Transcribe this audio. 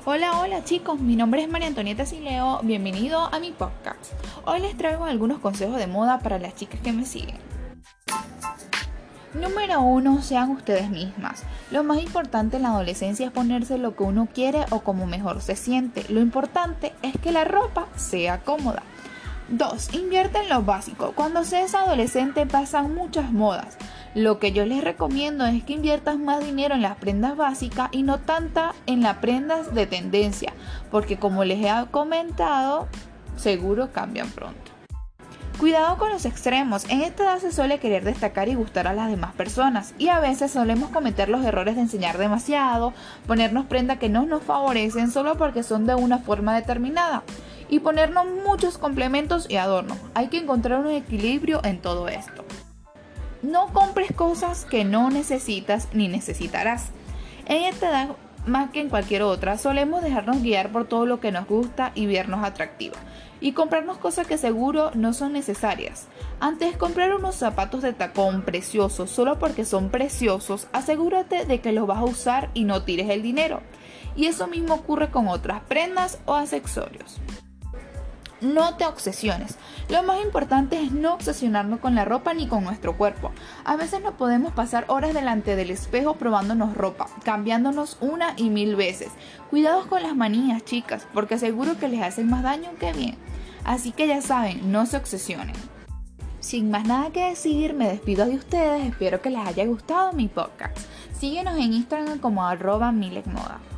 Hola chicos, mi nombre es María Antonieta Sileo, bienvenido a mi podcast. Hoy les traigo algunos consejos de moda para las chicas que me siguen. Número 1. Sean ustedes mismas. Lo más importante en la adolescencia es ponerse lo que uno quiere o como mejor se siente. Lo importante es que la ropa sea cómoda. 2. Invierte en lo básico. Cuando seas adolescente pasan muchas modas. Lo que yo les recomiendo es que inviertas más dinero en las prendas básicas y no tanta en las prendas de tendencia, porque como les he comentado, seguro cambian pronto. Cuidado con los extremos. En esta edad se suele querer destacar y gustar a las demás personas y a veces solemos cometer los errores de enseñar demasiado, ponernos prendas que no nos favorecen solo porque son de una forma determinada y ponernos muchos complementos y adornos. Hay que encontrar un equilibrio en todo esto. No compres cosas que no necesitas ni necesitarás. En esta edad, más que en cualquier otra, solemos dejarnos guiar por todo lo que nos gusta y vernos atractivos y comprarnos cosas que seguro no son necesarias. Antes de comprar unos zapatos de tacón preciosos solo porque son preciosos, asegúrate de que los vas a usar y no tires el dinero. Y eso mismo ocurre con otras prendas o accesorios. No te obsesiones. Lo más importante es no obsesionarnos con la ropa ni con nuestro cuerpo. A veces no podemos pasar horas delante del espejo probándonos ropa, cambiándonos una y mil veces. Cuidados con las manías, chicas, porque seguro que les hacen más daño que bien. Así que ya saben, no se obsesionen. Sin más nada que decir, me despido de ustedes. Espero que les haya gustado mi podcast. Síguenos en Instagram como @milecmoda.